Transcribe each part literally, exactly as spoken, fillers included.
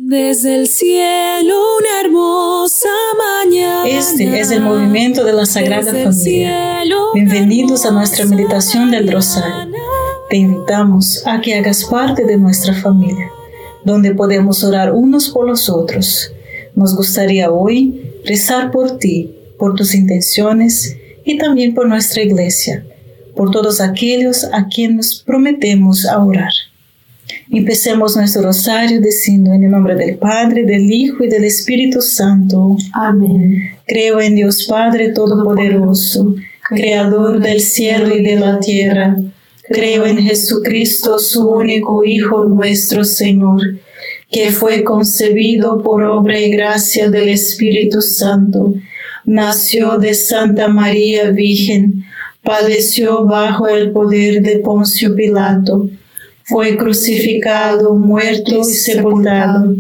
Desde el cielo una hermosa mañana. Este es el movimiento de la Sagrada Familia. Bienvenidos a nuestra meditación del Rosario. Te invitamos a que hagas parte de nuestra familia, donde podemos orar unos por los otros. Nos gustaría hoy rezar por ti, por tus intenciones y también por nuestra iglesia, por todos aquellos a quienes prometemos a orar. Empecemos nuestro rosario diciendo en el nombre del Padre, del Hijo y del Espíritu Santo. Amén. Creo en Dios Padre Todopoderoso, Creador del cielo y de la tierra. Creo en Jesucristo, su único Hijo, nuestro Señor, que fue concebido por obra y gracia del Espíritu Santo. Nació de Santa María Virgen, padeció bajo el poder de Poncio Pilato. Fue crucificado, muerto y sepultado.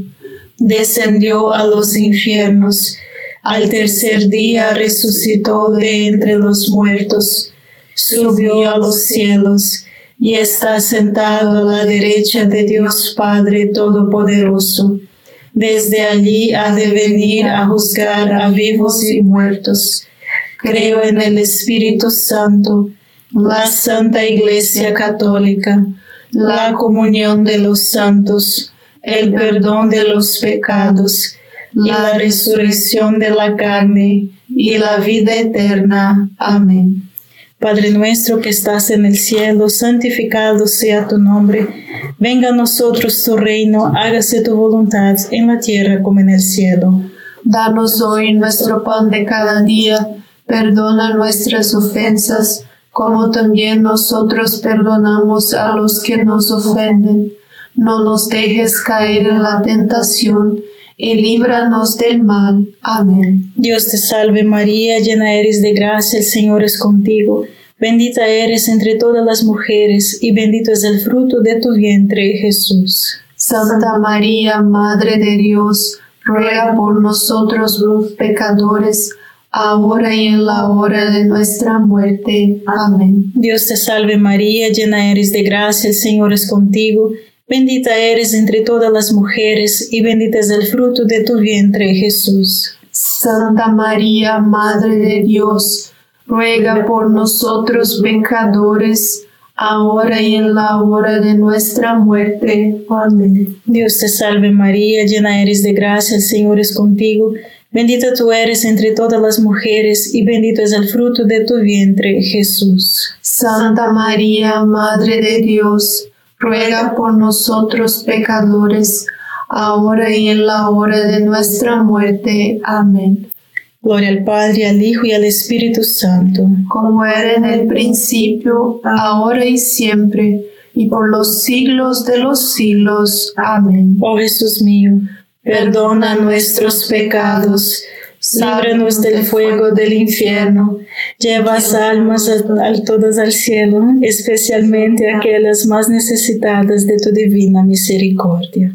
Descendió a los infiernos. Al tercer día resucitó de entre los muertos. Subió a los cielos y está sentado a la derecha de Dios Padre Todopoderoso. Desde allí ha de venir a juzgar a vivos y muertos. Creo en el Espíritu Santo, la Santa Iglesia Católica, la comunión de los santos, el perdón de los pecados, la resurrección de la carne y la vida eterna. Amén. Padre nuestro que estás en el cielo, santificado sea tu nombre. Venga a nosotros tu reino, hágase tu voluntad en la tierra como en el cielo. Danos hoy nuestro pan de cada día, perdona nuestras ofensas, como también nosotros perdonamos a los que nos ofenden. No nos dejes caer en la tentación, y líbranos del mal. Amén. Dios te salve María, llena eres de gracia, el Señor es contigo. Bendita eres entre todas las mujeres, y bendito es el fruto de tu vientre, Jesús. Santa María, Madre de Dios, ruega por nosotros los pecadores, ahora y en la hora de nuestra muerte. Amén. Dios te salve María, llena eres de gracia, el Señor es contigo. Bendita eres entre todas las mujeres, y bendito es el fruto de tu vientre, Jesús. Santa María, Madre de Dios, ruega por nosotros pecadores, ahora y en la hora de nuestra muerte. Amén. Dios te salve María, llena eres de gracia, el Señor es contigo. Bendita tú eres entre todas las mujeres, y bendito es el fruto de tu vientre, Jesús. Santa María, Madre de Dios, ruega por nosotros pecadores, ahora y en la hora de nuestra muerte. Amén. Gloria al Padre, al Hijo y al Espíritu Santo. Como era en el principio, ahora y siempre, y por los siglos de los siglos. Amén. Oh Jesús mío, perdona nuestros pecados, líbranos del fuego del infierno, lleva almas a, a todas al cielo, especialmente aquellas más necesitadas de tu divina misericordia.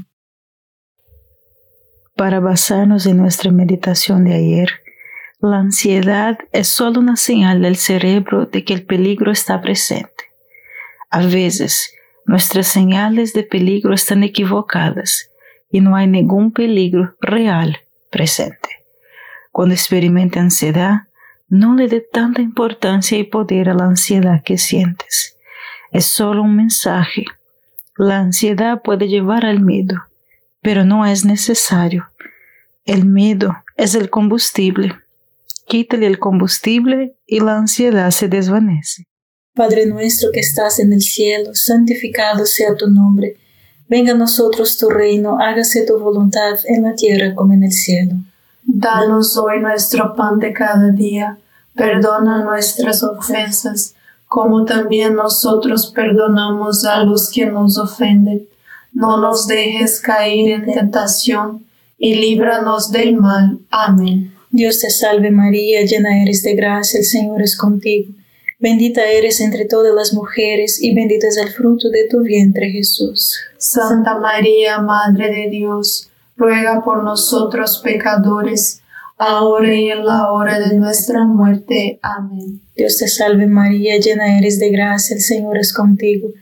Para basarnos en nuestra meditación de ayer, la ansiedad es solo una señal del cerebro de que el peligro está presente. A veces, nuestras señales de peligro están equivocadas y no hay ningún peligro real presente. Cuando experimente ansiedad, no le dé tanta importancia y poder a la ansiedad que sientes. Es solo un mensaje. La ansiedad puede llevar al miedo, pero no es necesario. El miedo es el combustible. Quítale el combustible y la ansiedad se desvanece. Padre nuestro que estás en el cielo, santificado sea tu nombre. Venga a nosotros tu reino, hágase tu voluntad en la tierra como en el cielo. Danos hoy nuestro pan de cada día. Perdona nuestras ofensas, como también nosotros perdonamos a los que nos ofenden. No nos dejes caer en tentación, y líbranos del mal. Amén. Dios te salve María, llena eres de gracia, el Señor es contigo. Bendita eres entre todas las mujeres, y bendito es el fruto de tu vientre, Jesús. Santa María, Madre de Dios, ruega por nosotros pecadores, ahora y en la hora de nuestra muerte. Amén. Dios te salve María, llena eres de gracia, el Señor es contigo.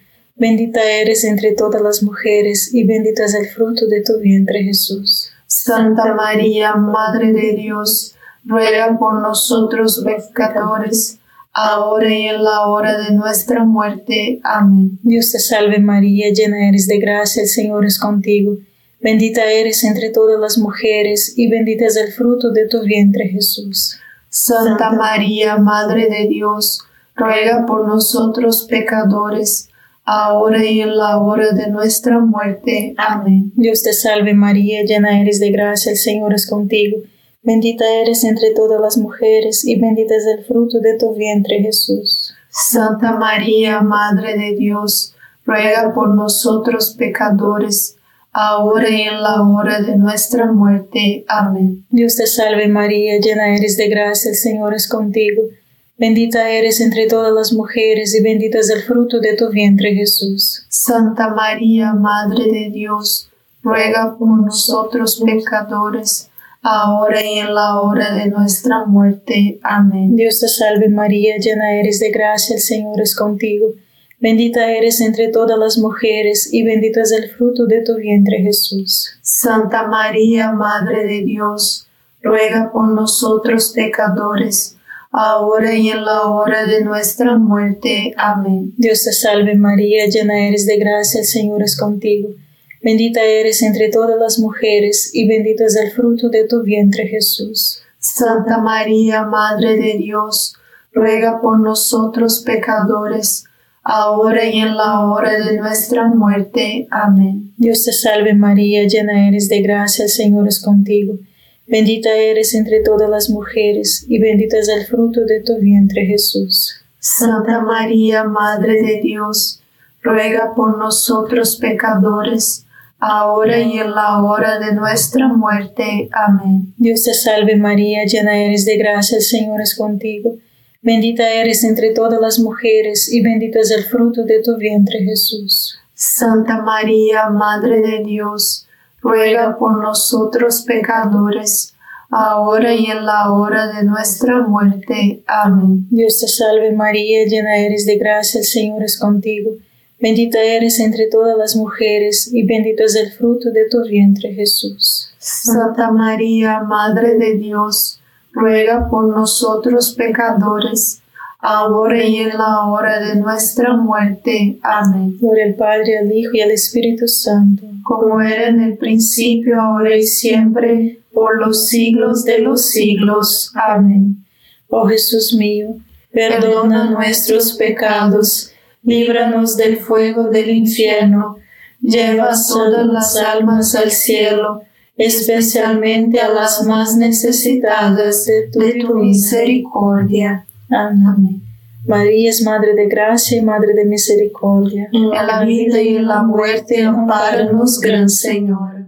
Bendita eres entre todas las mujeres, y bendito es el fruto de tu vientre, Jesús. Santa María, Madre de Dios, ruega por nosotros pecadores, ahora y en la hora de nuestra muerte. Amén. Dios te salve María, llena eres de gracia, el Señor es contigo. Bendita eres entre todas las mujeres, y bendito es el fruto de tu vientre, Jesús. Santa María, Madre de Dios, ruega por nosotros pecadores, ahora y en la hora de nuestra muerte. Amén. Dios te salve María, llena eres de gracia, el Señor es contigo. Bendita eres entre todas las mujeres, y bendito es el fruto de tu vientre, Jesús. Santa María, Madre de Dios, ruega por nosotros pecadores, ahora y en la hora de nuestra muerte. Amén. Dios te salve María, llena eres de gracia, el Señor es contigo. Bendita eres entre todas las mujeres, y bendito es el fruto de tu vientre, Jesús. Santa María, Madre de Dios, ruega por nosotros pecadores, ahora y en la hora de nuestra muerte. Amén. Dios te salve María, llena eres de gracia, el Señor es contigo. Bendita eres entre todas las mujeres, y bendito es el fruto de tu vientre, Jesús. Santa María, Madre de Dios, ruega por nosotros pecadores, ahora y en la hora de nuestra muerte. Amén. Dios te salve María, llena eres de gracia, el Señor es contigo. Bendita eres entre todas las mujeres, y bendito es el fruto de tu vientre, Jesús. Santa María, Madre de Dios, ruega por nosotros pecadores, ahora y en la hora de nuestra muerte. Amén. Dios te salve María, llena eres de gracia, el Señor es contigo. Bendita eres entre todas las mujeres, y bendito es el fruto de tu vientre, Jesús. Santa María, Madre de Dios, ruega por nosotros pecadores, ahora y en la hora de nuestra muerte. Amén. Dios te salve María, llena eres de gracia, el Señor es contigo. Bendita eres entre todas las mujeres, y bendito es el fruto de tu vientre, Jesús. Santa María, Madre de Dios, ruega por nosotros pecadores, ahora y en la hora de nuestra muerte. Amén. Dios te salve María, llena eres de gracia, el Señor es contigo. Bendita eres entre todas las mujeres, y bendito es el fruto de tu vientre, Jesús. Santa María, Madre de Dios, ruega por nosotros pecadores, ahora y en la hora de nuestra muerte. Amén. Gloria al Padre, al Hijo y al Espíritu Santo, como era en el principio, ahora y siempre, por los siglos de los siglos. Amén. Oh Jesús mío, perdona nuestros pecados, líbranos del fuego del infierno, lleva todas las almas al cielo, especialmente a las más necesitadas de tu, de tu misericordia. Amén. María es Madre de Gracia y Madre de Misericordia. En la vida y en la muerte, ampáranos, Gran Señor.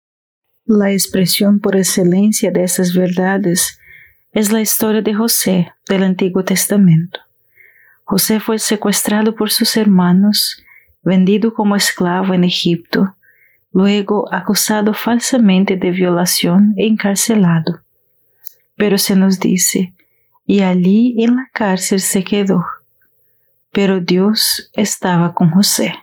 La expresión por excelencia de estas verdades es la historia de José del Antiguo Testamento. José fue secuestrado por sus hermanos, vendido como esclavo en Egipto, luego acusado falsamente de violación e encarcelado. Pero se nos dice, y allí en la cárcel se quedó. Pero Dios estaba con José.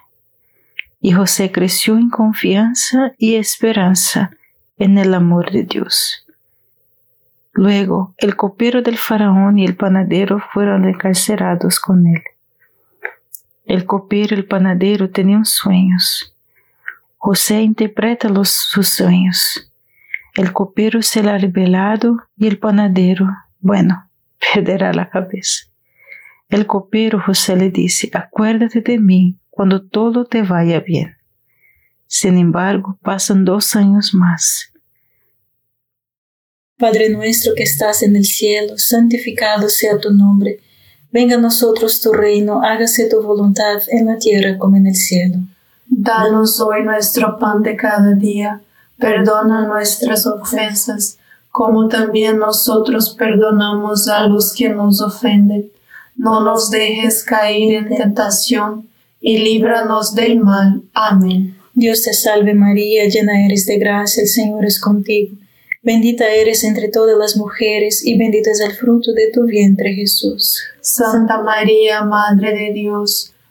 Y José creció en confianza y esperanza en el amor de Dios. Luego, el copero del faraón y el panadero fueron encarcelados con él. El copero y el panadero tenían sueños. José interpreta los, sus sueños. El copero será revelado y el panadero, bueno, perderá la cabeza. El copero José le dice, acuérdate de mí cuando todo te vaya bien. Sin embargo, pasan dos años más. Padre nuestro que estás en el cielo, santificado sea tu nombre. Venga a nosotros tu reino, hágase tu voluntad en la tierra como en el cielo. Danos hoy nuestro pan de cada día. Perdona nuestras ofensas, como también nosotros perdonamos a los que nos ofenden. No nos dejes caer en tentación, y líbranos del mal. Amén. Dios te salve María, llena eres de gracia, el Señor es contigo. Bendita eres entre todas las mujeres, y bendito es el fruto de tu vientre, Jesús. Santa María, Madre de Dios,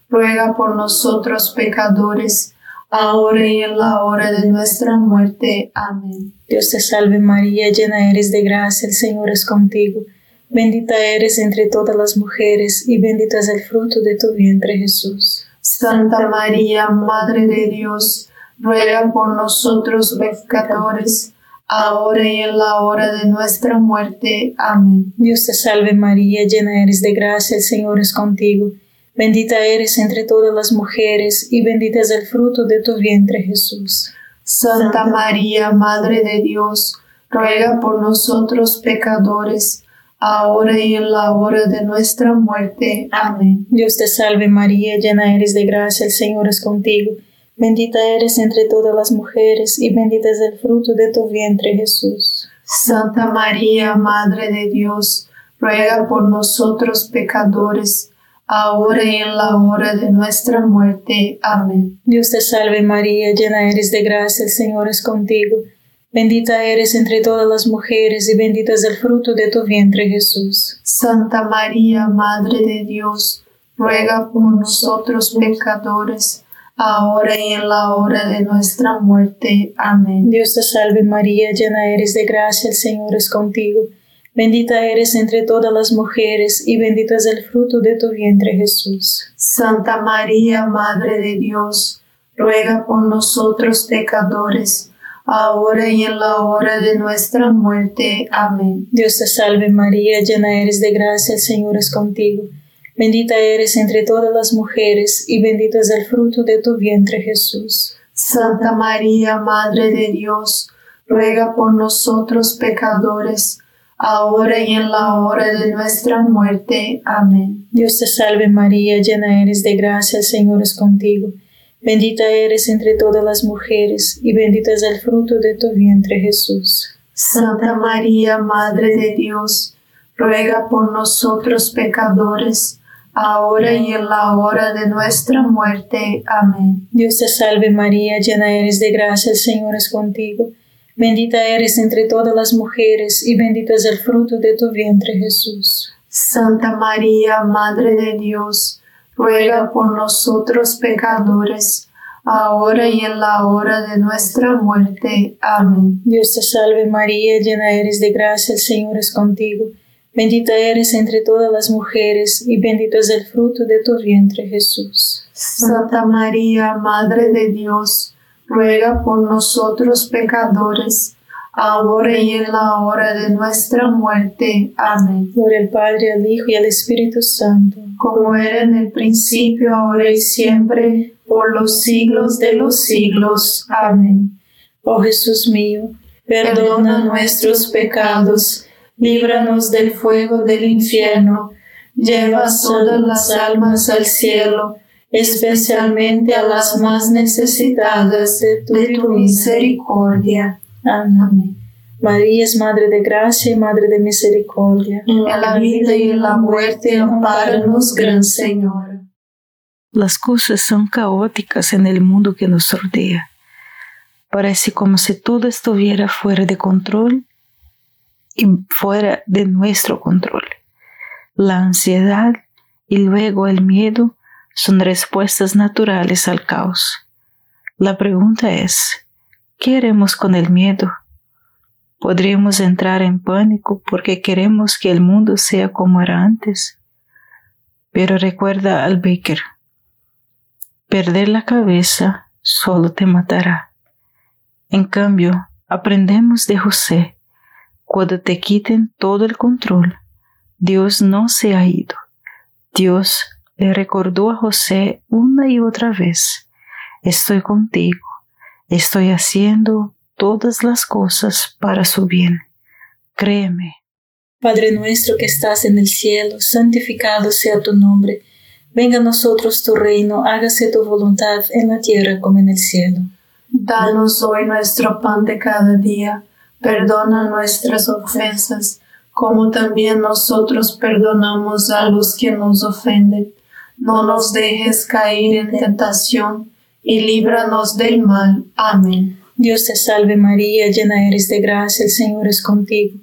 ruega por nosotros pecadores, ahora y en la hora de nuestra muerte. Amén. Dios te salve María, llena eres de gracia, el Señor es contigo. Bendita eres entre todas las mujeres, y bendito es el fruto de tu vientre, Jesús. Santa María, Madre de Dios, ruega por nosotros pecadores, ahora y en la hora de nuestra muerte. Amén. Dios te salve María, llena eres de gracia, el Señor es contigo. Bendita eres entre todas las mujeres, y bendito es el fruto de tu vientre, Jesús. Santa María, Madre de Dios, ruega por nosotros pecadores, ahora y en la hora de nuestra muerte. Amén. Dios te salve María, llena eres de gracia, el Señor es contigo. Bendita eres entre todas las mujeres, y bendito es el fruto de tu vientre, Jesús. Santa María, Madre de Dios, ruega por nosotros pecadores, ahora y en la hora de nuestra muerte. Amén. Dios te salve María, llena eres de gracia, el Señor es contigo. Bendita eres entre todas las mujeres, y bendito es el fruto de tu vientre, Jesús. Santa María, Madre de Dios, ruega por nosotros pecadores, ahora y en la hora de nuestra muerte. Amén. Dios te salve María, llena eres de gracia, el Señor es contigo. Bendita eres entre todas las mujeres, y bendito es el fruto de tu vientre, Jesús. Santa María, Madre de Dios, ruega por nosotros pecadores, ahora y en la hora de nuestra muerte. Amén. Dios te salve María, llena eres de gracia, el Señor es contigo. Bendita eres entre todas las mujeres, y bendito es el fruto de tu vientre, Jesús. Santa María, Madre de Dios, ruega por nosotros pecadores, ahora y en la hora de nuestra muerte. Amén. Dios te salve María, llena eres de gracia, el Señor es contigo. Bendita eres entre todas las mujeres, y bendito es el fruto de tu vientre, Jesús. Santa María, Madre de Dios, ruega por nosotros pecadores, ahora y en la hora de nuestra muerte. Amén. Dios te salve María, llena eres de gracia, el Señor es contigo. Bendita eres entre todas las mujeres, y bendito es el fruto de tu vientre, Jesús. Santa María, Madre de Dios, ruega por nosotros pecadores, ahora y en la hora de nuestra muerte. Amén. Dios te salve María, llena eres de gracia, el Señor es contigo. Bendita eres entre todas las mujeres, y bendito es el fruto de tu vientre, Jesús. Santa María, Madre de Dios, ruega por nosotros pecadores, ahora y en la hora de nuestra muerte. Amén. Gloria al Padre, al Hijo y al Espíritu Santo, como era en el principio, ahora y siempre, por los siglos de los siglos. Amén. Oh Jesús mío, perdona nuestros pecados, líbranos del fuego del infierno, lleva todas las almas al cielo, especialmente a las más necesitadas de tu, de tu misericordia. Amén. María es Madre de Gracia y Madre de Misericordia. En la vida y en la muerte, ampáranos, Gran Señor. Las cosas son caóticas en el mundo que nos rodea. Parece como si todo estuviera fuera de control y fuera de nuestro control. La ansiedad y luego el miedo son respuestas naturales al caos. La pregunta es, ¿qué haremos con el miedo? ¿Podríamos entrar en pánico porque queremos que el mundo sea como era antes? Pero recuerda al Baker, perder la cabeza solo te matará. En cambio, aprendemos de José, cuando te quiten todo el control, Dios no se ha ido. Dios le recordó a José una y otra vez, estoy contigo, estoy haciendo todas las cosas para su bien. Créeme. Padre nuestro que estás en el cielo, santificado sea tu nombre. Venga a nosotros tu reino, hágase tu voluntad en la tierra como en el cielo. Danos hoy nuestro pan de cada día. Perdona nuestras ofensas, como también nosotros perdonamos a los que nos ofenden. No nos dejes caer en tentación, y líbranos del mal. Amén. Dios te salve María, llena eres de gracia, el Señor es contigo.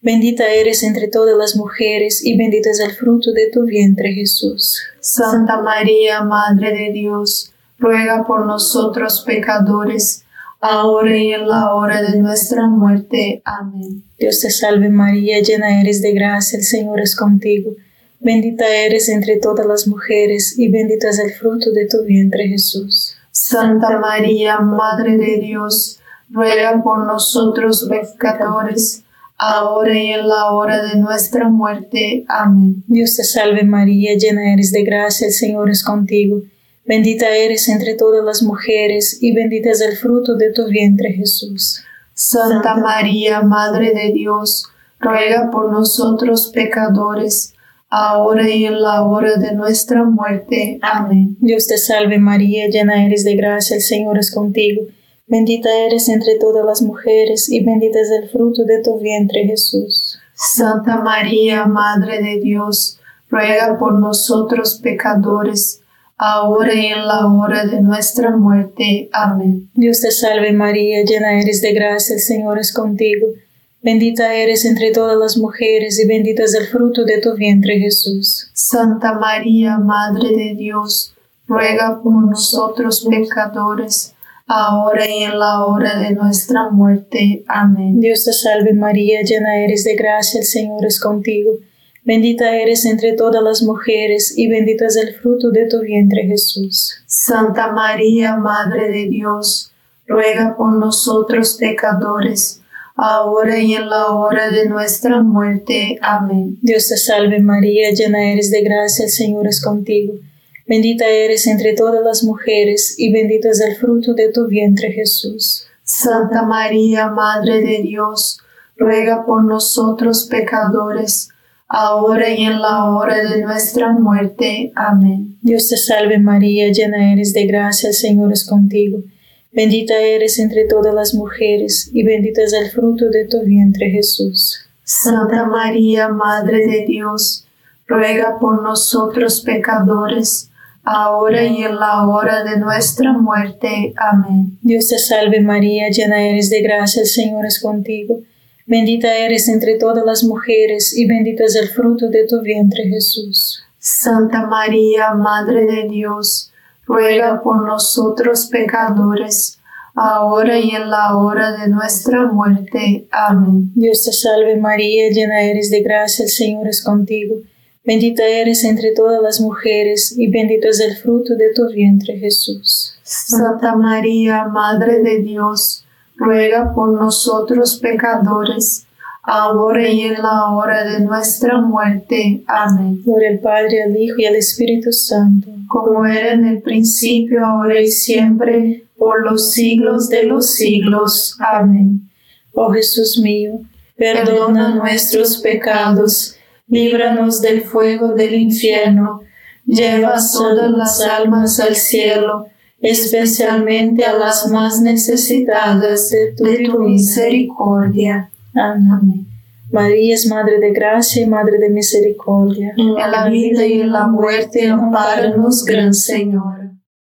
Bendita eres entre todas las mujeres, y bendito es el fruto de tu vientre, Jesús. Santa María, Madre de Dios, ruega por nosotros pecadores, ahora y en la hora de nuestra muerte. Amén. Dios te salve María, llena eres de gracia, el Señor es contigo. Bendita eres entre todas las mujeres, y bendito es el fruto de tu vientre, Jesús. Santa María, Madre de Dios, ruega por nosotros pecadores, ahora y en la hora de nuestra muerte. Amén. Dios te salve María, llena eres de gracia, el Señor es contigo. Bendita eres entre todas las mujeres, y bendito es el fruto de tu vientre, Jesús. Santa María, Madre de Dios, ruega por nosotros pecadores, ahora y en la hora de nuestra muerte. Amén. Dios te salve María, llena eres de gracia, el Señor es contigo. Bendita eres entre todas las mujeres, y bendito es el fruto de tu vientre, Jesús. Santa María, Madre de Dios, ruega por nosotros pecadores, ahora y en la hora de nuestra muerte. Amén. Dios te salve María, llena eres de gracia, el Señor es contigo. Bendita eres entre todas las mujeres, y bendito es el fruto de tu vientre, Jesús. Santa María, Madre de Dios, ruega por nosotros pecadores, ahora y en la hora de nuestra muerte. Amén. Dios te salve María, llena eres de gracia, el Señor es contigo. Bendita eres entre todas las mujeres, y bendito es el fruto de tu vientre, Jesús. Santa María, Madre de Dios, ruega por nosotros pecadores, ahora y en la hora de nuestra muerte. Amén. Dios te salve María, llena eres de gracia, el Señor es contigo. Bendita eres entre todas las mujeres, y bendito es el fruto de tu vientre, Jesús. Santa María, Madre de Dios, ruega por nosotros pecadores, ahora y en la hora de nuestra muerte. Amén. Dios te salve María, llena eres de gracia, el Señor es contigo. Bendita eres entre todas las mujeres, y bendito es el fruto de tu vientre, Jesús. Santa María, Madre de Dios, ruega por nosotros pecadores, ahora y en la hora de nuestra muerte. Amén. Dios te salve María, llena eres de gracia, el Señor es contigo. Bendita eres entre todas las mujeres, y bendito es el fruto de tu vientre, Jesús. Santa María, Madre de Dios, ruega por nosotros pecadores, ahora y en la hora de nuestra muerte. Amén. Dios te salve María, llena eres de gracia, el Señor es contigo. Bendita eres entre todas las mujeres, y bendito es el fruto de tu vientre, Jesús. Santa María, Madre de Dios, ruega por nosotros pecadores, ahora y en la hora de nuestra muerte. Amén. Gloria al Padre, al Hijo y al Espíritu Santo, como era en el principio, ahora y siempre, por los siglos de los siglos. Amén. Oh Jesús mío, perdona nuestros pecados, líbranos del fuego del infierno, lleva todas las almas al cielo, especialmente a las más necesitadas de tu, de tu misericordia. Amén. María es Madre de Gracia y Madre de Misericordia. En la vida y en la muerte, ampáranos, Gran Señora.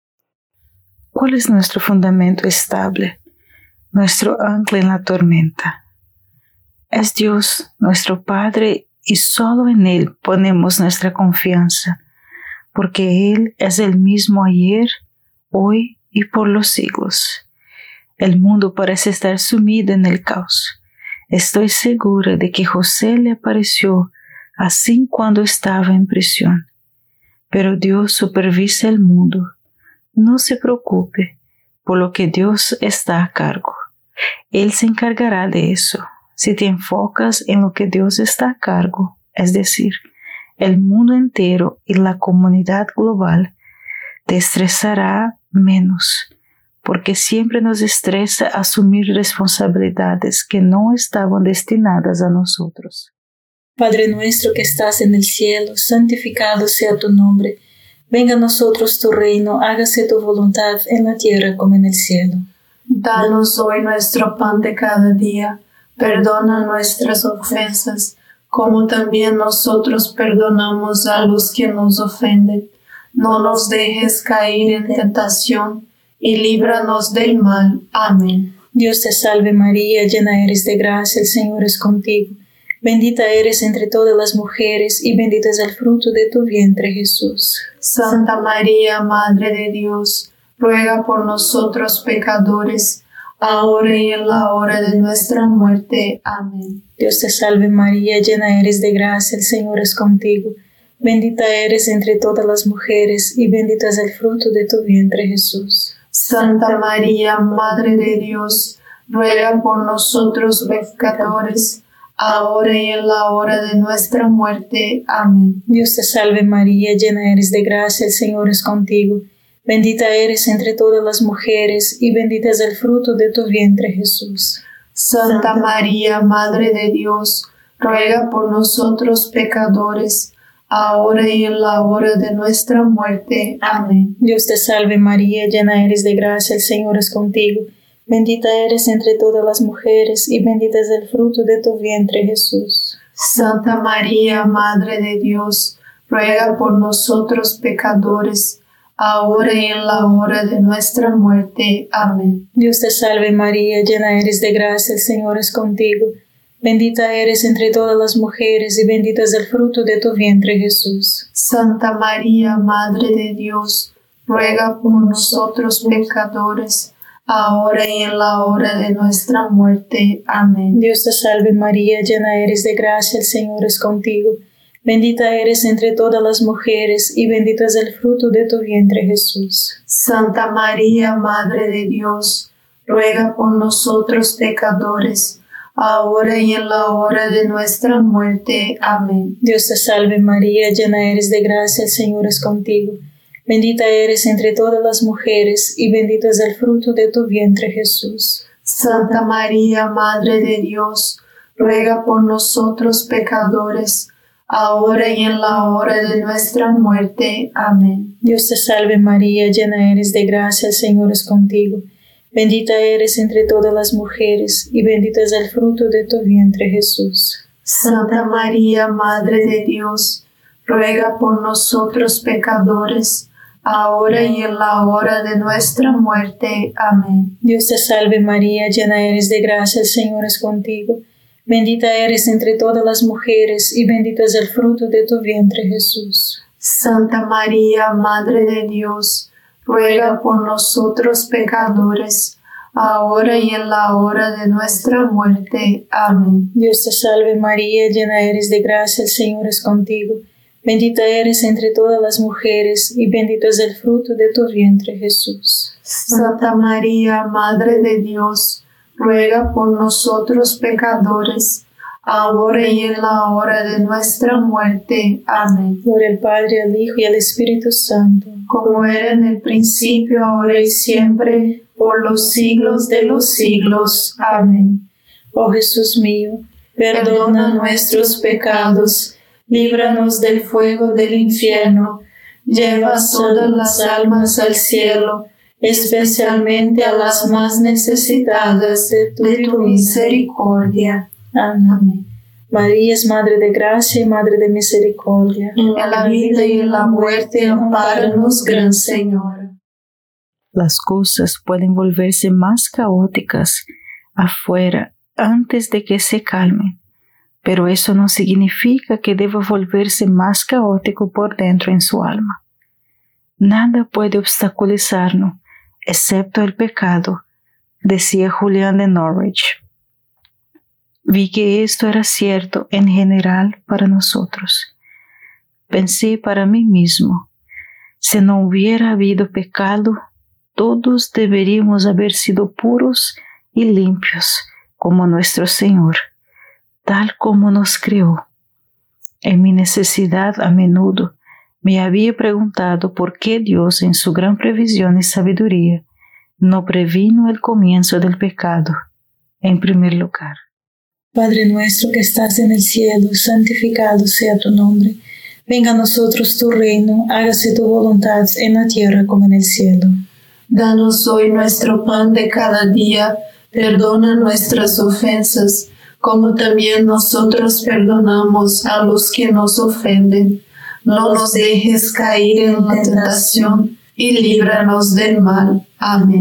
¿Cuál es nuestro fundamento estable, nuestro ancla en la tormenta? Es Dios, nuestro Padre, y solo en Él ponemos nuestra confianza, porque Él es el mismo ayer, hoy y por los siglos. El mundo parece estar sumido en el caos. Estoy segura de que José le apareció así cuando estaba en prisión. Pero Dios supervisa el mundo. No se preocupe, por lo que Dios está a cargo. Él se encargará de eso. Si te enfocas en lo que Dios está a cargo, es decir, el mundo entero y la comunidad global, te estresará menos, porque siempre nos estresa asumir responsabilidades que no estaban destinadas a nosotros. Padre nuestro que estás en el cielo, santificado sea tu nombre. Venga a nosotros tu reino, hágase tu voluntad en la tierra como en el cielo. Danos hoy nuestro pan de cada día. Perdona nuestras ofensas, como también nosotros perdonamos a los que nos ofenden. No nos dejes caer en tentación, y líbranos del mal. Amén. Dios te salve María, llena eres de gracia, el Señor es contigo. Bendita eres entre todas las mujeres y bendito es el fruto de tu vientre, Jesús. Santa María, Madre de Dios, ruega por nosotros pecadores, ahora y en la hora de nuestra muerte. Amén. Dios te salve María, llena eres de gracia, el Señor es contigo. Bendita eres entre todas las mujeres y bendito es el fruto de tu vientre, Jesús. Santa María, Madre de Dios, ruega por nosotros pecadores, ahora y en la hora de nuestra muerte. Amén. Dios te salve María, llena eres de gracia, el Señor es contigo. Bendita eres entre todas las mujeres y bendito es el fruto de tu vientre, Jesús. Santa María, Madre de Dios, ruega por nosotros pecadores, ahora y en la hora de nuestra muerte. Amén. Dios te salve María, llena eres de gracia, el Señor es contigo. Bendita eres entre todas las mujeres y bendito es el fruto de tu vientre, Jesús. Santa María, Madre de Dios, ruega por nosotros pecadores, ahora y en la hora de nuestra muerte. Amén. Dios te salve María, llena eres de gracia, el Señor es contigo. Bendita eres entre todas las mujeres y bendito es el fruto de tu vientre, Jesús. Santa María, Madre de Dios, ruega por nosotros pecadores, ahora y en la hora de nuestra muerte. Amén. Dios te salve María, llena eres de gracia, el Señor es contigo. Bendita eres entre todas las mujeres y bendito es el fruto de tu vientre, Jesús. Santa María, Madre de Dios, ruega por nosotros pecadores, ahora y en la hora de nuestra muerte. Amén. Dios te salve María, llena eres de gracia, el Señor es contigo. Bendita eres entre todas las mujeres y bendito es el fruto de tu vientre, Jesús. Santa María, Madre de Dios, ruega por nosotros pecadores, ahora y en la hora de nuestra muerte. Amén. Dios te salve María, llena eres de gracia, el Señor es contigo. Bendita eres entre todas las mujeres y bendito es el fruto de tu vientre, Jesús. Santa María, Madre de Dios, ruega por nosotros pecadores, ahora y en la hora de nuestra muerte. Amén. Dios te salve María, llena eres de gracia, el Señor es contigo. Bendita eres entre todas las mujeres y bendito es el fruto de tu vientre, Jesús. Santa María, Madre de Dios, ruega por nosotros pecadores, ahora y en la hora de nuestra muerte. Amén. Dios te salve María, llena eres de gracia, el Señor es contigo. Bendita eres entre todas las mujeres y bendito es el fruto de tu vientre, Jesús. Santa María, Madre de Dios, ruega por nosotros pecadores, ahora y en la hora de nuestra muerte. Amén. Gloria al Padre, al Hijo y al Espíritu Santo, como era en el principio, ahora y siempre, por los siglos de los siglos. Amén. Oh Jesús mío, perdona nuestros pecados, líbranos del fuego del infierno, lleva todas las almas al cielo, especialmente a las más necesitadas de tu, de tu misericordia. Amén. Amén. María es Madre de Gracia y Madre de Misericordia. En la vida y en la muerte, ampáranos, Gran Señora. Las cosas pueden volverse más caóticas afuera antes de que se calmen, pero eso no significa que deba volverse más caótico por dentro en su alma. Nada puede obstaculizarnos, excepto el pecado, decía Julián de Norwich. Vi que esto era cierto en general para nosotros. Pensé para mí mismo, si no hubiera habido pecado, todos deberíamos haber sido puros y limpios como nuestro Señor, tal como nos creó. En mi necesidad a menudo me había preguntado por qué Dios, en su gran previsión y sabiduría, no previno el comienzo del pecado, en primer lugar. Padre nuestro que estás en el cielo, santificado sea tu nombre. Venga a nosotros tu reino, hágase tu voluntad en la tierra como en el cielo. Danos hoy nuestro pan de cada día, perdona nuestras ofensas, como también nosotros perdonamos a los que nos ofenden. No nos dejes caer en la tentación y líbranos del mal. Amén.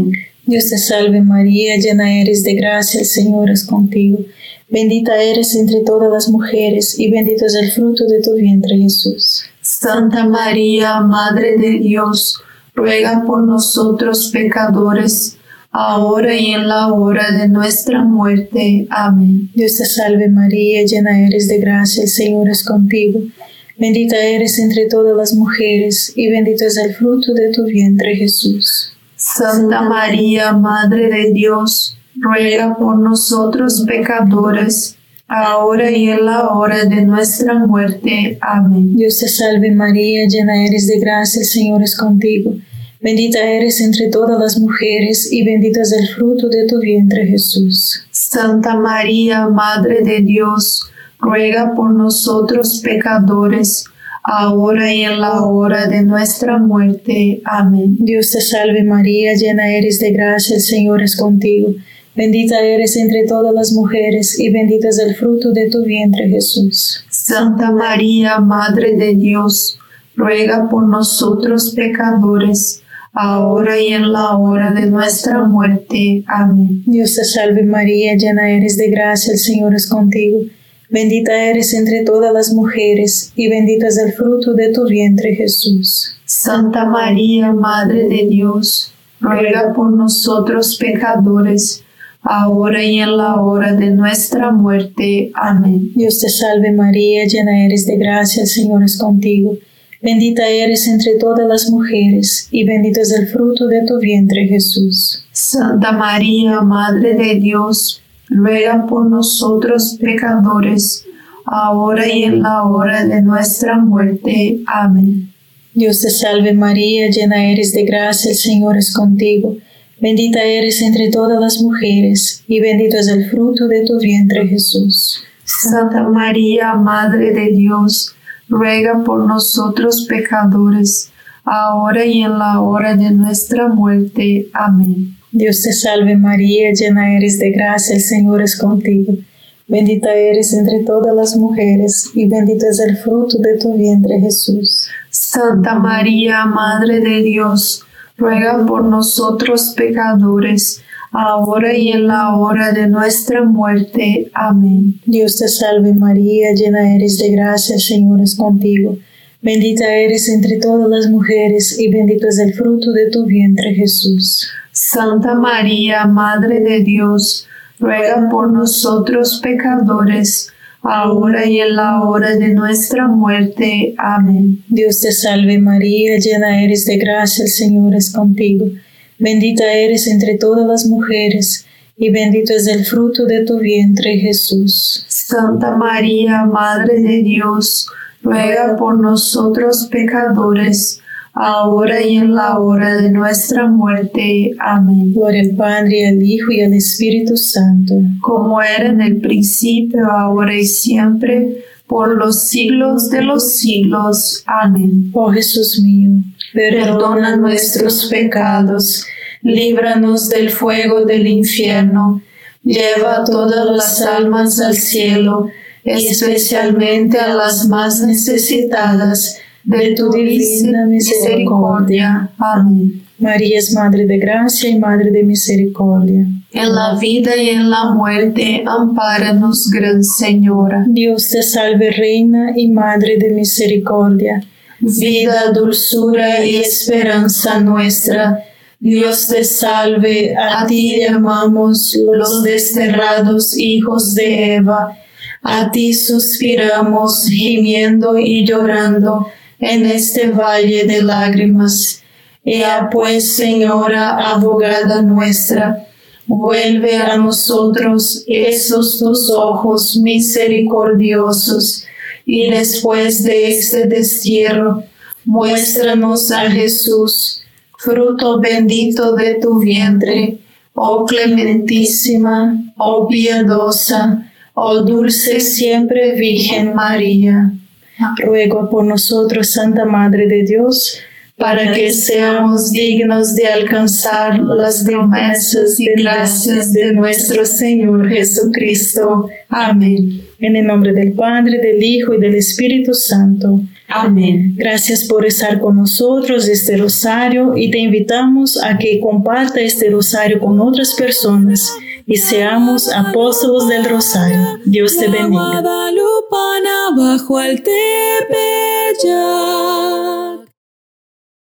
Dios te salve María, llena eres de gracia, el Señor es contigo. Bendita eres entre todas las mujeres, y bendito es el fruto de tu vientre, Jesús. Santa María, Madre de Dios, ruega por nosotros pecadores, ahora y en la hora de nuestra muerte. Amén. Dios te salve María, llena eres de gracia, el Señor es contigo. Bendita eres entre todas las mujeres, y bendito es el fruto de tu vientre, Jesús. Santa María, Madre de Dios, ruega por nosotros pecadores, ahora y en la hora de nuestra muerte. Amén. Dios te salve María, llena eres de gracia, el Señor es contigo. Bendita eres entre todas las mujeres, y bendito es el fruto de tu vientre, Jesús. Santa María, Madre de Dios, ruega por nosotros pecadores, ahora y en la hora de nuestra muerte. Amén. Dios te salve María, llena eres de gracia, el Señor es contigo. Bendita eres entre todas las mujeres, y bendito es el fruto de tu vientre, Jesús. Santa María, Madre de Dios, ruega por nosotros pecadores, ahora y en la hora de nuestra muerte. Amén. Dios te salve María, llena eres de gracia, el Señor es contigo. Bendita eres entre todas las mujeres, y bendito es el fruto de tu vientre, Jesús. Santa María, Madre de Dios, ruega por nosotros pecadores, ahora y en la hora de nuestra muerte. Amén. Dios te salve María, llena eres de gracia, el Señor es contigo. Bendita eres entre todas las mujeres, y bendito es el fruto de tu vientre, Jesús. Santa María, Madre de Dios, ruega por nosotros pecadores, ahora y en la hora de nuestra muerte. Amén. Dios te salve María, llena eres de gracia, el Señor es contigo. Bendita eres entre todas las mujeres, y bendito es el fruto de tu vientre, Jesús. Santa María, Madre de Dios, ruega por nosotros pecadores, ahora y en la hora de nuestra muerte. Amén. Dios te salve María, llena eres de gracia, el Señor es contigo. Bendita eres entre todas las mujeres, y bendito es el fruto de tu vientre, Jesús. Santa María, Madre de Dios, ruega por nosotros pecadores, ahora y en la hora de nuestra muerte. Amén. Dios te salve María, llena eres de gracia, el Señor es contigo. Bendita eres entre todas las mujeres, y bendito es el fruto de tu vientre, Jesús. Santa María, Madre de Dios, ruega por nosotros pecadores, ahora y en la hora de nuestra muerte. Amén. Dios te salve María, llena eres de gracia, el Señor es contigo. Bendita eres entre todas las mujeres, y bendito es el fruto de tu vientre, Jesús. Santa María, Madre de Dios, ruega por nosotros pecadores, ahora y en la hora de nuestra muerte. Amén. Gloria al Padre, al Hijo y al Espíritu Santo, como era en el principio, ahora y siempre, por los siglos de los siglos. Amén. Oh Jesús mío, perdona nuestros pecados, líbranos del fuego del infierno, lleva todas las almas al cielo, especialmente a las más necesitadas de tu divina misericordia. Amén. María es Madre de Gracia y Madre de Misericordia. En la vida y en la muerte, ampáranos, Gran Señora. Dios te salve, Reina y Madre de Misericordia. Vida, dulzura y esperanza nuestra. Dios te salve, a ti llamamos los desterrados hijos de Eva. A ti suspiramos, gimiendo y llorando en este valle de lágrimas. Ea pues, Señora, abogada nuestra, vuelve a nosotros esos tus ojos misericordiosos, y después de este destierro, muéstranos a Jesús, fruto bendito de tu vientre, oh clementísima, oh piadosa, oh dulce siempre Virgen María. Ruego por nosotros, Santa Madre de Dios, para que seamos dignos de alcanzar las promesas y gracias de nuestro Señor Jesucristo. Amén. En el nombre del Padre, del Hijo y del Espíritu Santo. Amén. Gracias por estar con nosotros este rosario y te invitamos a que comparta este rosario con otras personas y seamos apóstolos del rosario. Dios te bendiga. Guadalupana bajo el tepeyac.